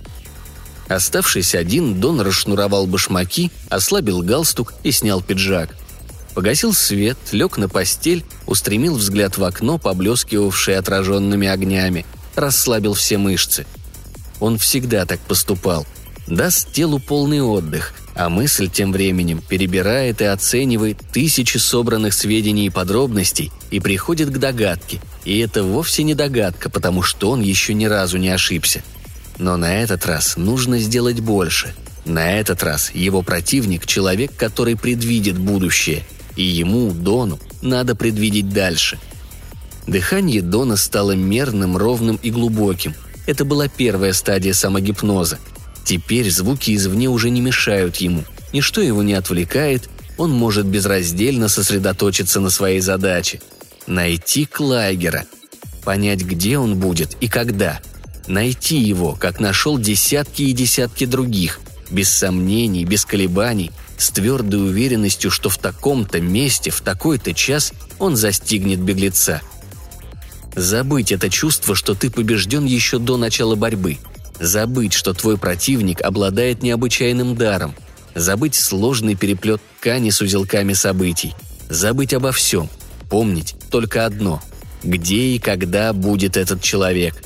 Оставшись один, Дон расшнуровал башмаки, ослабил галстук и снял пиджак. Погасил свет, лег на постель, устремил взгляд в окно, поблескивавшее отраженными огнями, расслабил все мышцы. Он всегда так поступал. Даст телу полный отдых, а мысль тем временем перебирает и оценивает тысячи собранных сведений и подробностей и приходит к догадке, И это вовсе не догадка, потому что он еще ни разу не ошибся. Но на этот раз нужно сделать больше. На этот раз его противник – человек, который предвидит будущее. И ему, Дону, надо предвидеть дальше. Дыхание Дона стало мерным, ровным и глубоким. Это была первая стадия самогипноза. Теперь звуки извне уже не мешают ему. Ничто его не отвлекает, он может безраздельно сосредоточиться на своей задаче. Найти Клайгера. Понять, где он будет и когда. Найти его, как нашел десятки и десятки других. Без сомнений, без колебаний, с твердой уверенностью, что в таком-то месте, в такой-то час он застигнет беглеца. Забыть это чувство, что ты побежден еще до начала борьбы. Забыть, что твой противник обладает необычайным даром. Забыть сложный переплет ткани с узелками событий. Забыть обо всем. Помнить только одно – где и когда будет этот человек.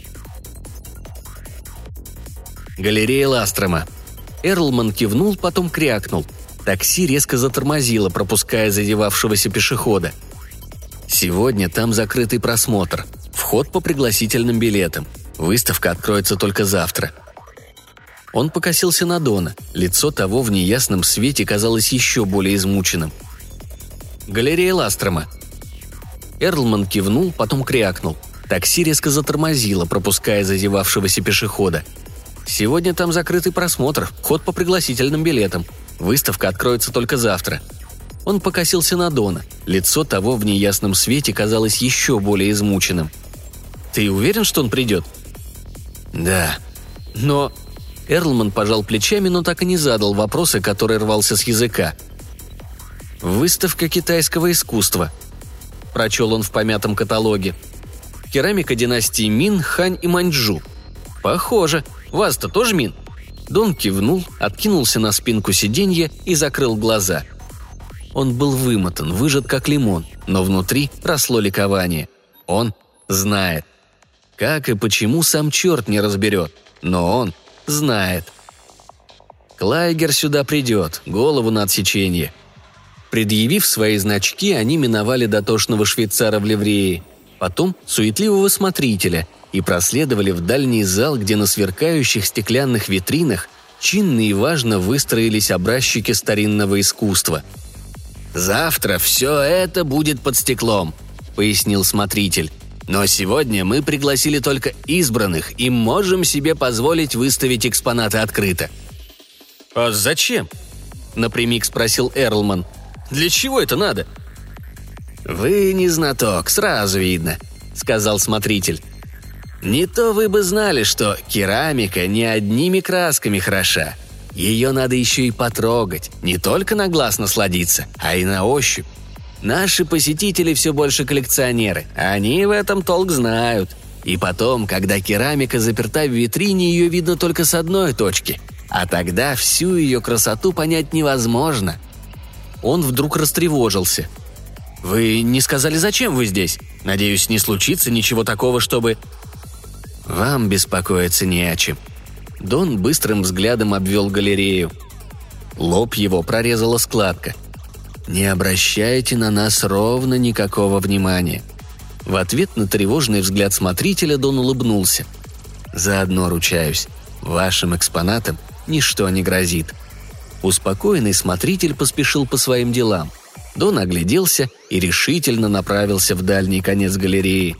Галерея Ластрома. Эрлман кивнул, потом крякнул. Такси резко затормозило, пропуская задевавшегося пешехода. Сегодня там закрытый просмотр. Вход по пригласительным билетам. Выставка откроется только завтра. Он покосился на Дона. Лицо того в неясном свете казалось еще более измученным. «Галерея Ластрома». Эрлман кивнул, потом крякнул. Такси резко затормозило, пропуская зазевавшегося пешехода. «Сегодня там закрытый просмотр, вход по пригласительным билетам. Выставка откроется только завтра». Он покосился на Дона. Лицо того в неясном свете казалось еще более измученным. «Ты уверен, что он придет?» «Да». «Но...» Эрлман пожал плечами, но так и не задал вопроса, который рвался с языка. «Выставка китайского искусства», – прочел он в помятом каталоге. «Керамика династии Мин, Хань и Маньчжу». «Похоже. Вас-то тоже Мин?» Дон кивнул, откинулся на спинку сиденья и закрыл глаза. Он был вымотан, выжат как лимон, но внутри росло ликование. Он знает. Как и почему сам черт не разберет, но он знает. Клайгер сюда придет, голову на отсечение. Предъявив свои значки, они миновали дотошного швейцара в ливрее, потом суетливого смотрителя и проследовали в дальний зал, где на сверкающих стеклянных витринах чинно и важно выстроились образчики старинного искусства. «Завтра все это будет под стеклом», — пояснил смотритель. «Но сегодня мы пригласили только избранных и можем себе позволить выставить экспонаты открыто». «А зачем?» — напрямик спросил Эрлман. «Для чего это надо?» «Вы не знаток, сразу видно», — сказал смотритель. «Не то вы бы знали, что керамика не одними красками хороша. Ее надо еще и потрогать, не только на глаз насладиться, а и на ощупь. Наши посетители все больше коллекционеры, они в этом толк знают. И потом, когда керамика заперта в витрине, ее видно только с одной точки, а тогда всю ее красоту понять невозможно». Он вдруг растревожился. «Вы не сказали, зачем вы здесь? Надеюсь, не случится ничего такого, чтобы...» «Вам беспокоиться не о чем». Дон быстрым взглядом обвел галерею. Лоб его прорезала складка. «Не обращайте на нас ровно никакого внимания». В ответ на тревожный взгляд смотрителя Дон улыбнулся. «Заодно ручаюсь, вашим экспонатам ничто не грозит». Успокоенный смотритель поспешил по своим делам. Дон огляделся и решительно направился в дальний конец галереи.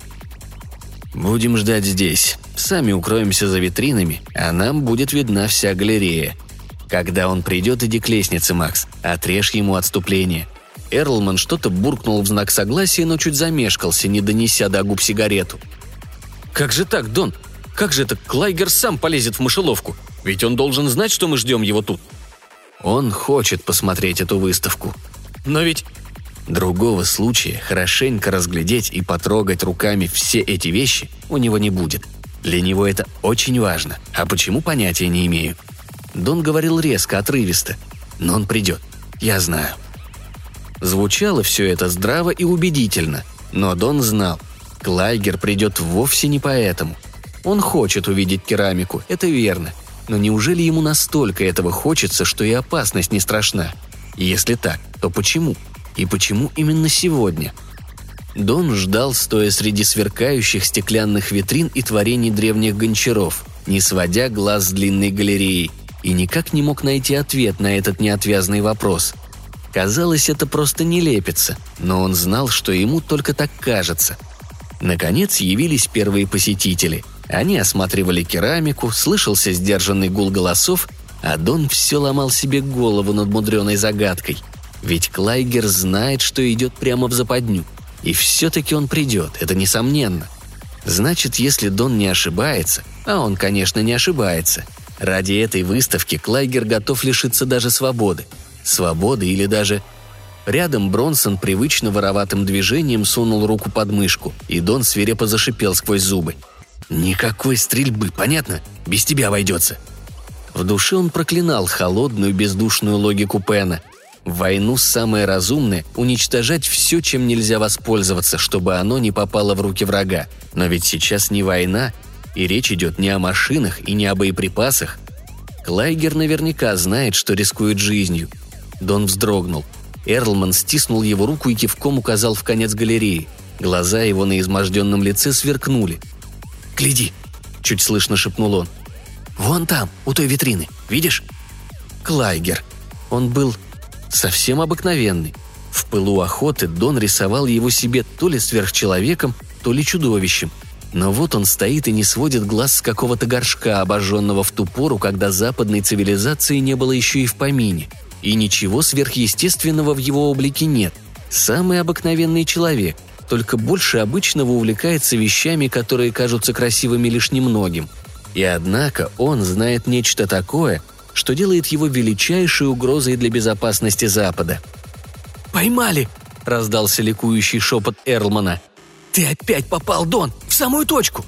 «Будем ждать здесь. Сами укроемся за витринами, а нам будет видна вся галерея. Когда он придет, иди к лестнице, Макс. Отрежь ему отступление». Эрлман что-то буркнул в знак согласия, но чуть замешкался, не донеся до губ сигарету. «Как же так, Дон? Как же это Клайгер сам полезет в мышеловку? Ведь он должен знать, что мы ждем его тут». «Он хочет посмотреть эту выставку. Но ведь...» Другого случая хорошенько разглядеть и потрогать руками все эти вещи у него не будет. Для него это очень важно, а почему, понятия не имею. Дон говорил резко, отрывисто. Но он придет, я знаю. Звучало все это здраво и убедительно, но Дон знал, Клайгер придет вовсе не поэтому. Он хочет увидеть керамику, это верно, но неужели ему настолько этого хочется, что и опасность не страшна? Если так, то почему? И почему именно сегодня? Дон ждал, стоя среди сверкающих стеклянных витрин и творений древних гончаров, не сводя глаз с длинной галереи, и никак не мог найти ответ на этот неотвязный вопрос. Казалось, это просто нелепица, но он знал, что ему только так кажется. Наконец явились первые посетители. Они осматривали керамику, слышался сдержанный гул голосов, а Дон все ломал себе голову над мудреной загадкой. Ведь Клайгер знает, что идет прямо в западню. И все-таки он придет, это несомненно. Значит, если Дон не ошибается, а он, конечно, не ошибается, ради этой выставки Клайгер готов лишиться даже свободы. Свободы или даже... Рядом Бронсон привычно вороватым движением сунул руку под мышку, и Дон свирепо зашипел сквозь зубы. «Никакой стрельбы, понятно? Без тебя обойдется». В душе он проклинал холодную бездушную логику Пена. В войну самое разумное – уничтожать все, чем нельзя воспользоваться, чтобы оно не попало в руки врага. Но ведь сейчас не война, и речь идет не о машинах и не о боеприпасах. Клайгер наверняка знает, что рискует жизнью. Дон вздрогнул. Эрлман стиснул его руку и кивком указал в конец галереи. Глаза его на изможденном лице сверкнули. «Гляди!» – чуть слышно шепнул он. «Вон там, у той витрины. Видишь?» Клайгер. Он был совсем обыкновенный. В пылу охоты Дон рисовал его себе то ли сверхчеловеком, то ли чудовищем. Но вот он стоит и не сводит глаз с какого-то горшка, обожженного в ту пору, когда западной цивилизации не было еще и в помине. И ничего сверхъестественного в его облике нет. Самый обыкновенный человек, только больше обычного увлекается вещами, которые кажутся красивыми лишь немногим. И однако он знает нечто такое, что делает его величайшей угрозой для безопасности Запада. «Поймали!» – раздался ликующий шепот Эрлмана. «Ты опять попал, Дон, в самую точку!»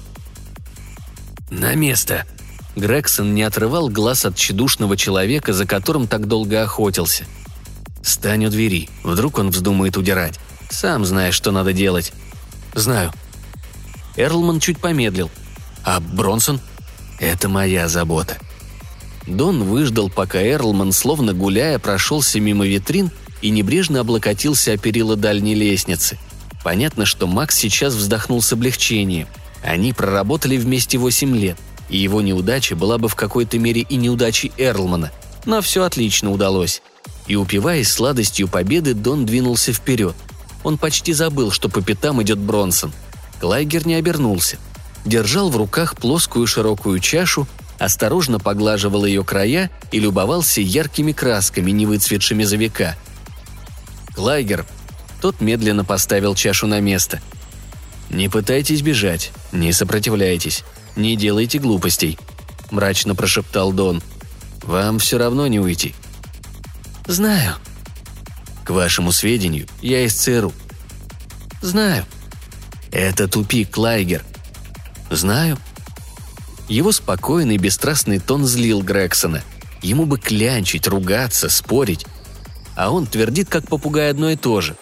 «На место!» Грегсон не отрывал глаз от тщедушного человека, за которым так долго охотился. «Стань у двери, вдруг он вздумает удирать. Сам знаешь, что надо делать». «Знаю». Эрлман чуть помедлил. «А Бронсон?» «Это моя забота». Дон выждал, пока Эрлман, словно гуляя, прошелся мимо витрин и небрежно облокотился о перила дальней лестницы. Понятно, что Макс сейчас вздохнул с облегчением. Они проработали вместе восемь лет, и его неудача была бы в какой-то мере и неудачей Эрлмана, но все отлично удалось. И, упиваясь сладостью победы, Дон двинулся вперед. Он почти забыл, что по пятам идет Бронсон. Клайгер не обернулся. Держал в руках плоскую широкую чашу, осторожно поглаживал ее края и любовался яркими красками, не выцветшими за века. «Клайгер!» Тот медленно поставил чашу на место. «Не пытайтесь бежать, не сопротивляйтесь, не делайте глупостей», – мрачно прошептал Дон. «Вам все равно не уйти». «Знаю». «К вашему сведению, я из ЦРУ». «Знаю». «Это тупик, Клайгер». «Знаю». Его спокойный, бесстрастный тон злил Грегсона. Ему бы клянчить, ругаться, спорить. А он твердит, как попугай, одно и то же.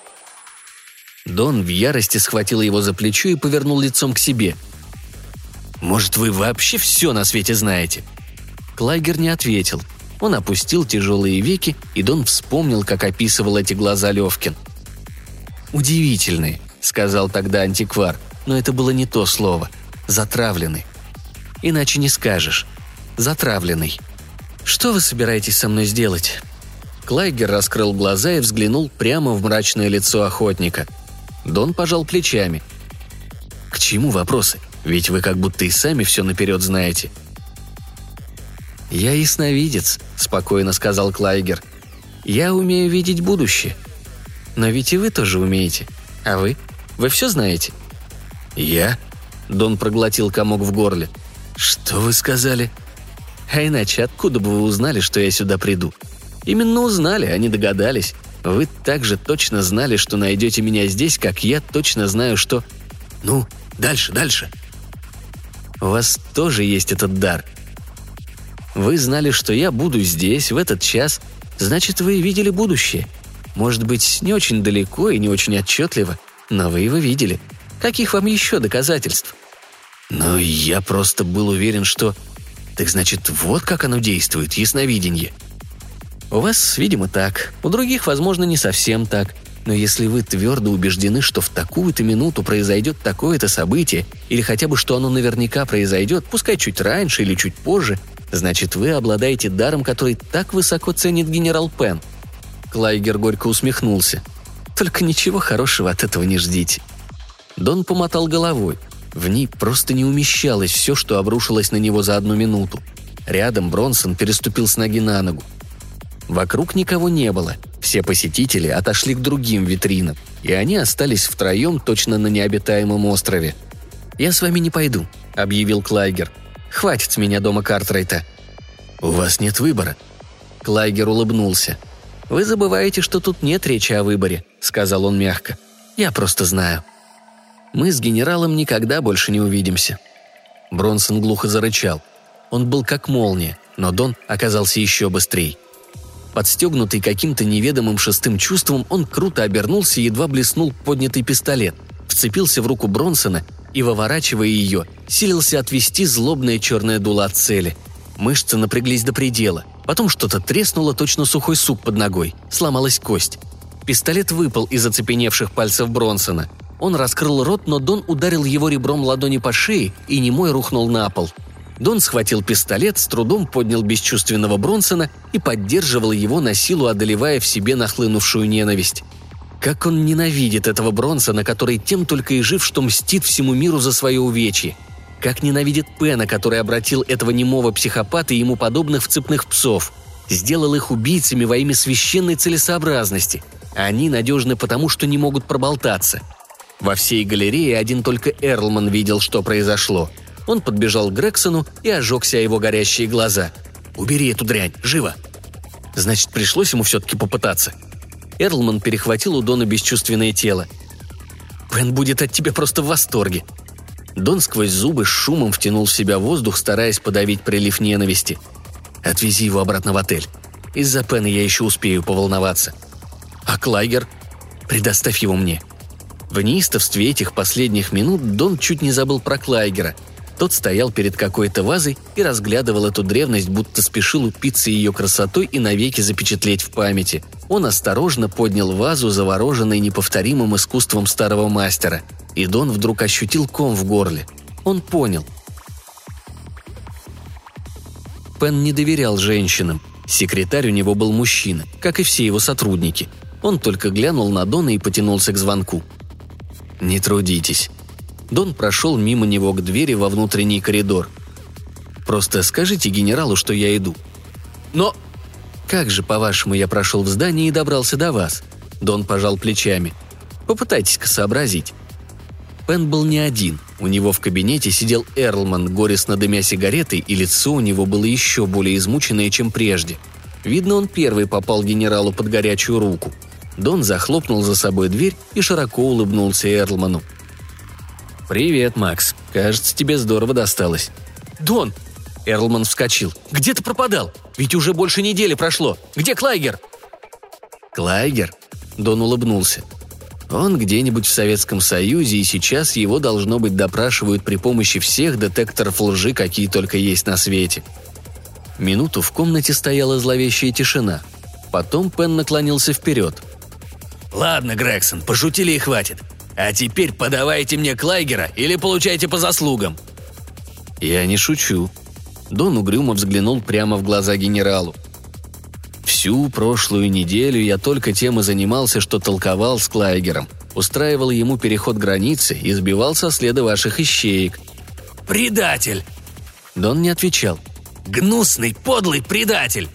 Дон в ярости схватил его за плечо и повернул лицом к себе. «Может, вы вообще все на свете знаете?» Клайгер не ответил. Он опустил тяжелые веки, и Дон вспомнил, как описывал эти глаза Левкин. «Удивительные», — сказал тогда антиквар, но это было не то слово. «Затравленный». Иначе не скажешь. Затравленный. «Что вы собираетесь со мной сделать?» Клайгер раскрыл глаза и взглянул прямо в мрачное лицо охотника. Дон пожал плечами. «К чему вопросы? Ведь вы как будто и сами все наперед знаете». «Я ясновидец», — спокойно сказал Клайгер. «Я умею видеть будущее. Но ведь и вы тоже умеете. А вы? Вы все знаете?» «Я?» — Дон проглотил комок в горле. «Что вы сказали?» «А иначе откуда бы вы узнали, что я сюда приду?» «Именно узнали, а не догадались. Вы так же точно знали, что найдете меня здесь, как я точно знаю, что...» «Ну, дальше, дальше». «У вас тоже есть этот дар. Вы знали, что я буду здесь, в этот час, значит, вы видели будущее. Может быть, не очень далеко и не очень отчетливо, но вы его видели. Каких вам еще доказательств?» «Но я просто был уверен, что...» «Так значит, вот как оно действует, ясновидение». «У вас, видимо, так. У других, возможно, не совсем так. Но если вы твердо убеждены, что в такую-то минуту произойдет такое-то событие, или хотя бы что оно наверняка произойдет, пускай чуть раньше или чуть позже, значит, вы обладаете даром, который так высоко ценит генерал Пен». Клайгер горько усмехнулся. «Только ничего хорошего от этого не ждите». Дон помотал головой. В ней просто не умещалось все, что обрушилось на него за одну минуту. Рядом Бронсон переступил с ноги на ногу. Вокруг никого не было. Все посетители отошли к другим витринам, и они остались втроем точно на необитаемом острове. «Я с вами не пойду», — объявил Клайгер. «Хватит с меня дома Картрайта». «У вас нет выбора». Клайгер улыбнулся. «Вы забываете, что тут нет речи о выборе», — сказал он мягко. «Я просто знаю. Мы с генералом никогда больше не увидимся». Бронсон глухо зарычал. Он был как молния, но Дон оказался еще быстрее. Подстегнутый каким-то неведомым шестым чувством, он круто обернулся и едва блеснул поднятый пистолет, вцепился в руку Бронсона и, выворачивая ее, силился отвести злобное черное дуло от цели. Мышцы напряглись до предела. Потом что-то треснуло, точно сухой сук под ногой. Сломалась кость. Пистолет выпал из оцепеневших пальцев Бронсона. Он раскрыл рот, но Дон ударил его ребром ладони по шее и немой рухнул на пол. Дон схватил пистолет, с трудом поднял бесчувственного Бронсона и поддерживал его, на силу одолевая в себе нахлынувшую ненависть. Как он ненавидит этого Бронсона, который тем только и жив, что мстит всему миру за свое увечье. Как ненавидит Пена, который обратил этого немого психопата и ему подобных в цепных псов. Сделал их убийцами во имя священной целесообразности. А они надежны потому, что не могут проболтаться. Во всей галерее один только Эрлман видел, что произошло. Он подбежал к Грексону и ожегся о его горящие глаза. «Убери эту дрянь, живо!» Значит, пришлось ему все-таки попытаться. Эрлман перехватил у Дона бесчувственное тело. «Пен будет от тебя просто в восторге». Дон сквозь зубы с шумом втянул в себя воздух, стараясь подавить прилив ненависти. «Отвези его обратно в отель. Из-за Пена я еще успею поволноваться. А Клайгер? Предоставь его мне». В неистовстве этих последних минут Дон чуть не забыл про Клайгера. Тот стоял перед какой-то вазой и разглядывал эту древность, будто спешил упиться ее красотой и навеки запечатлеть в памяти. Он осторожно поднял вазу, завороженной неповторимым искусством старого мастера, и Дон вдруг ощутил ком в горле. Он понял. Пен не доверял женщинам. Секретарь у него был мужчина, как и все его сотрудники. Он только глянул на Дона и потянулся к звонку. «Не трудитесь». Дон прошел мимо него к двери во внутренний коридор. «Просто скажите генералу, что я иду». «Но...» «Как же, по-вашему, я прошел в здание и добрался до вас?» Дон пожал плечами. «Попытайтесь-ка сообразить». Пен был не один. У него в кабинете сидел Эрлман, горестно дымя сигаретой, и лицо у него было еще более измученное, чем прежде. Видно, он первый попал генералу под горячую руку. Дон захлопнул за собой дверь и широко улыбнулся Эрлману. «Привет, Макс. Кажется, тебе здорово досталось». «Дон!» Эрлман вскочил. «Где ты пропадал? Ведь уже больше недели прошло. Где Клайгер?» «Клайгер?» Дон улыбнулся. «Он где-нибудь в Советском Союзе, и сейчас его, должно быть, допрашивают при помощи всех детекторов лжи, какие только есть на свете». Минуту в комнате стояла зловещая тишина. Потом Пен наклонился вперед. «Ладно, Грегсон, пошутили и хватит. А теперь подавайте мне Клайгера или получайте по заслугам». «Я не шучу». Дон угрюмо взглянул прямо в глаза генералу. «Всю прошлую неделю я только тем и занимался, что толковал с Клайгером, устраивал ему переход границы и сбивал со следа ваших ищеек». «Предатель!» Дон не отвечал. «Гнусный, подлый предатель!»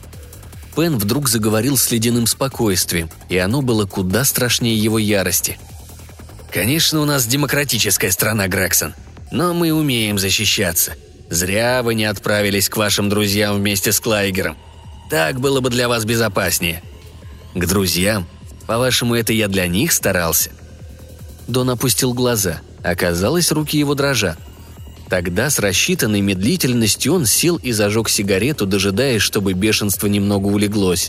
Пен вдруг заговорил с ледяным спокойствием, и оно было куда страшнее его ярости. «Конечно, у нас демократическая страна, Грегсон, но мы умеем защищаться. Зря вы не отправились к вашим друзьям вместе с Клайгером. Так было бы для вас безопаснее». «К друзьям? По-вашему, это я для них старался?» Дон опустил глаза. Оказалось, руки его дрожат. Тогда с рассчитанной медлительностью он сел и зажег сигарету, дожидаясь, чтобы бешенство немного улеглось.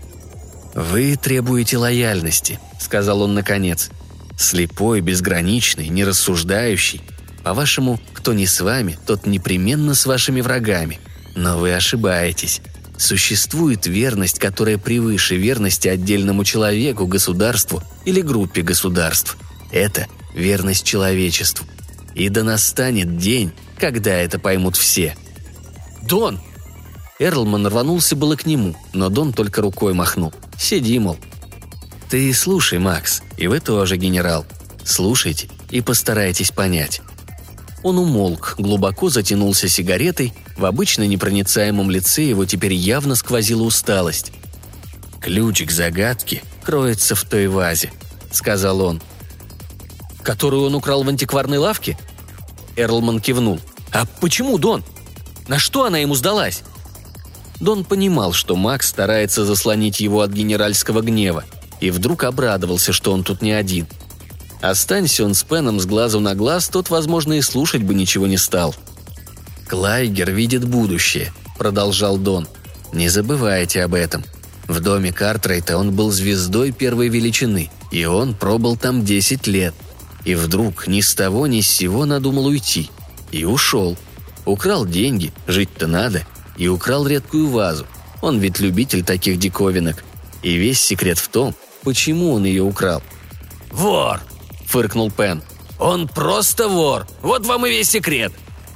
«Вы требуете лояльности», — сказал он наконец. «Слепой, безграничный, нерассуждающий. По-вашему, кто не с вами, тот непременно с вашими врагами. Но вы ошибаетесь. Существует верность, которая превыше верности отдельному человеку, государству или группе государств. Это верность человечеству. И да настанет день, когда это поймут все. «Дон!» Эрлман рванулся было к нему, но Дон только рукой махнул. «Сиди, мол». «Ты слушай, Макс, и вы тоже, генерал. Слушайте и постарайтесь понять». Он умолк, глубоко затянулся сигаретой, в обычно непроницаемом лице его теперь явно сквозила усталость. «Ключ к загадке кроется в той вазе», — сказал он. «Которую он украл в антикварной лавке?» Эрлман кивнул. «А почему, Дон? На что она ему сдалась?» Дон понимал, что Макс старается заслонить его от генеральского гнева, и вдруг обрадовался, что он тут не один. Останься он с Пеном с глазу на глаз, тот, возможно, и слушать бы ничего не стал. «Клайгер видит будущее», — продолжал Дон. «Не забывайте об этом. В доме Картрайта он был звездой первой величины, и он пробыл там десять лет. И вдруг ни с того ни с сего надумал уйти. И ушел. Украл деньги, жить-то надо, и украл редкую вазу. Он ведь любитель таких диковинок. И весь секрет в том, почему он ее украл». «Вор!» — фыркнул Пен. «Он просто вор! Вот вам и весь секрет!»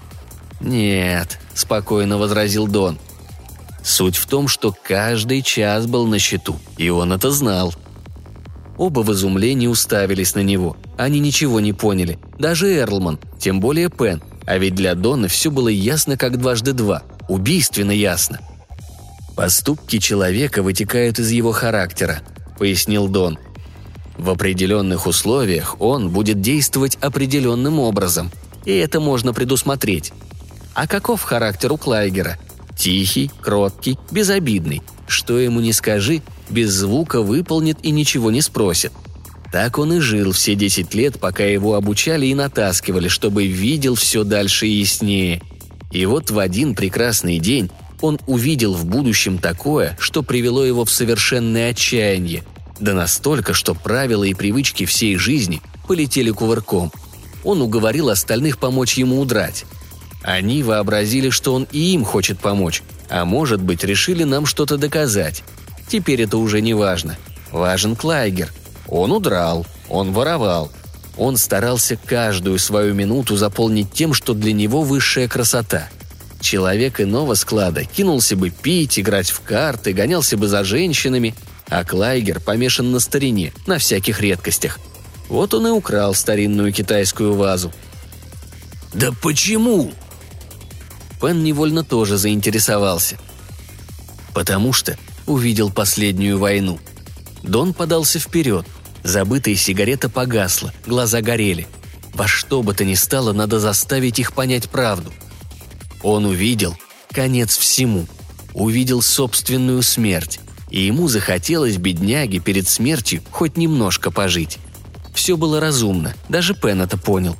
«Нет», — спокойно возразил Дон. «Суть в том, что каждый час был на счету, и он это знал». Оба в изумлении уставились на него. Они ничего не поняли, даже Эрлман, тем более Пен, а ведь для Дона все было ясно как дважды два, убийственно ясно. «Поступки человека вытекают из его характера», — пояснил Дон. «В определенных условиях он будет действовать определенным образом, и это можно предусмотреть. А каков характер у Клайгера? Тихий, кроткий, безобидный. Что ему не скажи, без звука выполнит и ничего не спросит. Так он и жил все десять лет, пока его обучали и натаскивали, чтобы видел все дальше и яснее. И вот в один прекрасный день он увидел в будущем такое, что привело его в совершенное отчаяние. Да настолько, что правила и привычки всей жизни полетели кувырком. Он уговорил остальных помочь ему удрать. Они вообразили, что он и им хочет помочь, а может быть, решили нам что-то доказать. Теперь это уже не важно. Важен Клайгер. Он удрал, он воровал. Он старался каждую свою минуту заполнить тем, что для него высшая красота. Человек иного склада кинулся бы пить, играть в карты, гонялся бы за женщинами, а Клайгер помешан на старине, на всяких редкостях. Вот он и украл старинную китайскую вазу. «Да почему?» Пен невольно тоже заинтересовался. «Потому что увидел последнюю войну». Дон подался вперед. Забытая сигарета погасла, глаза горели. Во что бы то ни стало, надо заставить их понять правду. Он увидел конец всему. Увидел собственную смерть. И ему захотелось, бедняге, перед смертью хоть немножко пожить. Все было разумно, даже Пен это понял.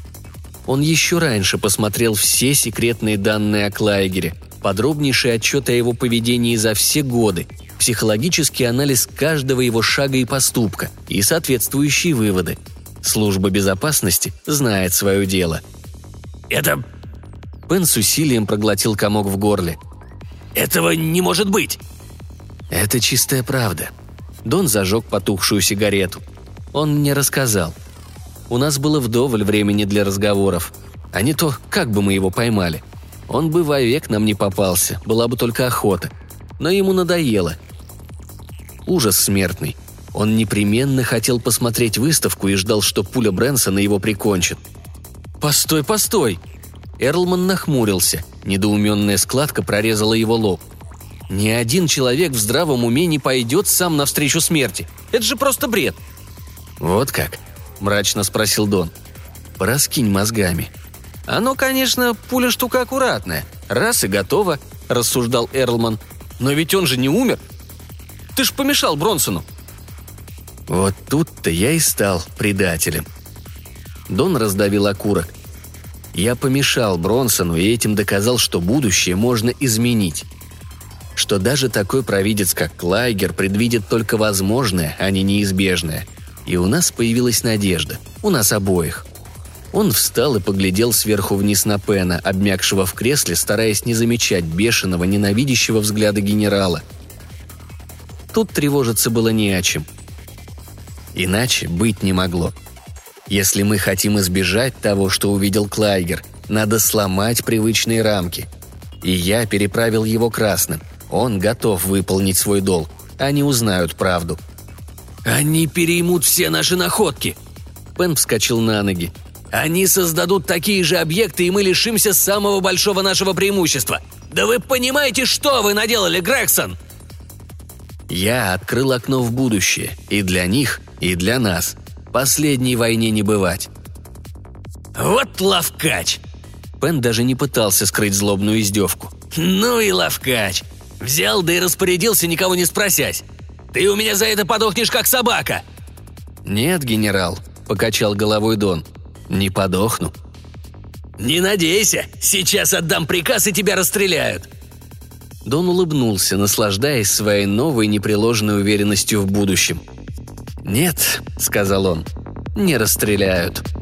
Он еще раньше посмотрел все секретные данные о Клайгере, подробнейший отчет о его поведении за все годы, психологический анализ каждого его шага и поступка и соответствующие выводы. Служба безопасности знает свое дело. «Это...» Пен с усилием проглотил комок в горле. «Этого не может быть!» «Это чистая правда». Дон зажег потухшую сигарету. Он мне рассказал. У нас было вдоволь времени для разговоров. А не то, как бы мы его поймали. Он бы вовек нам не попался, была бы только охота. Но ему надоело. Ужас смертный. Он непременно хотел посмотреть выставку и ждал, что пуля Брэнсона его прикончит. «Постой, постой!» Эрлман нахмурился. Недоуменная складка прорезала его лоб. «Ни один человек в здравом уме не пойдет сам навстречу смерти. Это же просто бред!» «Вот как?» – мрачно спросил Дон. «Пораскинь мозгами». «Оно, конечно, пуля штука аккуратная. Раз и готово», – рассуждал Эрлман. «Но ведь он же не умер. Ты ж помешал Бронсону». «Вот тут-то я и стал предателем». Дон раздавил окурок. «Я помешал Бронсону и этим доказал, что будущее можно изменить. Что даже такой провидец, как Клайгер, предвидит только возможное, а не неизбежное. И у нас появилась надежда. У нас обоих». Он встал и поглядел сверху вниз на Пена, обмякшего в кресле, стараясь не замечать бешеного, ненавидящего взгляда генерала. Тут тревожиться было не о чем. Иначе быть не могло. Если мы хотим избежать того, что увидел Клайгер, надо сломать привычные рамки. И я переправил его красным. Он готов выполнить свой долг. Они узнают правду. «Они переймут все наши находки!» Пен вскочил на ноги. «Они создадут такие же объекты, и мы лишимся самого большого нашего преимущества! Да вы понимаете, что вы наделали, Грегсон?» Я открыл окно в будущее. И для них, и для нас. Последней войне не бывать. «Вот ловкач!» Пен даже не пытался скрыть злобную издевку. «Ну и ловкач! Взял да и распорядился, никого не спросясь! Ты у меня за это подохнешь, как собака!» «Нет, генерал», — покачал головой Дон. «Не подохну». «Не надейся! Сейчас отдам приказ, и тебя расстреляют!» Дон улыбнулся, наслаждаясь своей новой непреложной уверенностью в будущем. «Нет», — сказал он, — «не расстреляют».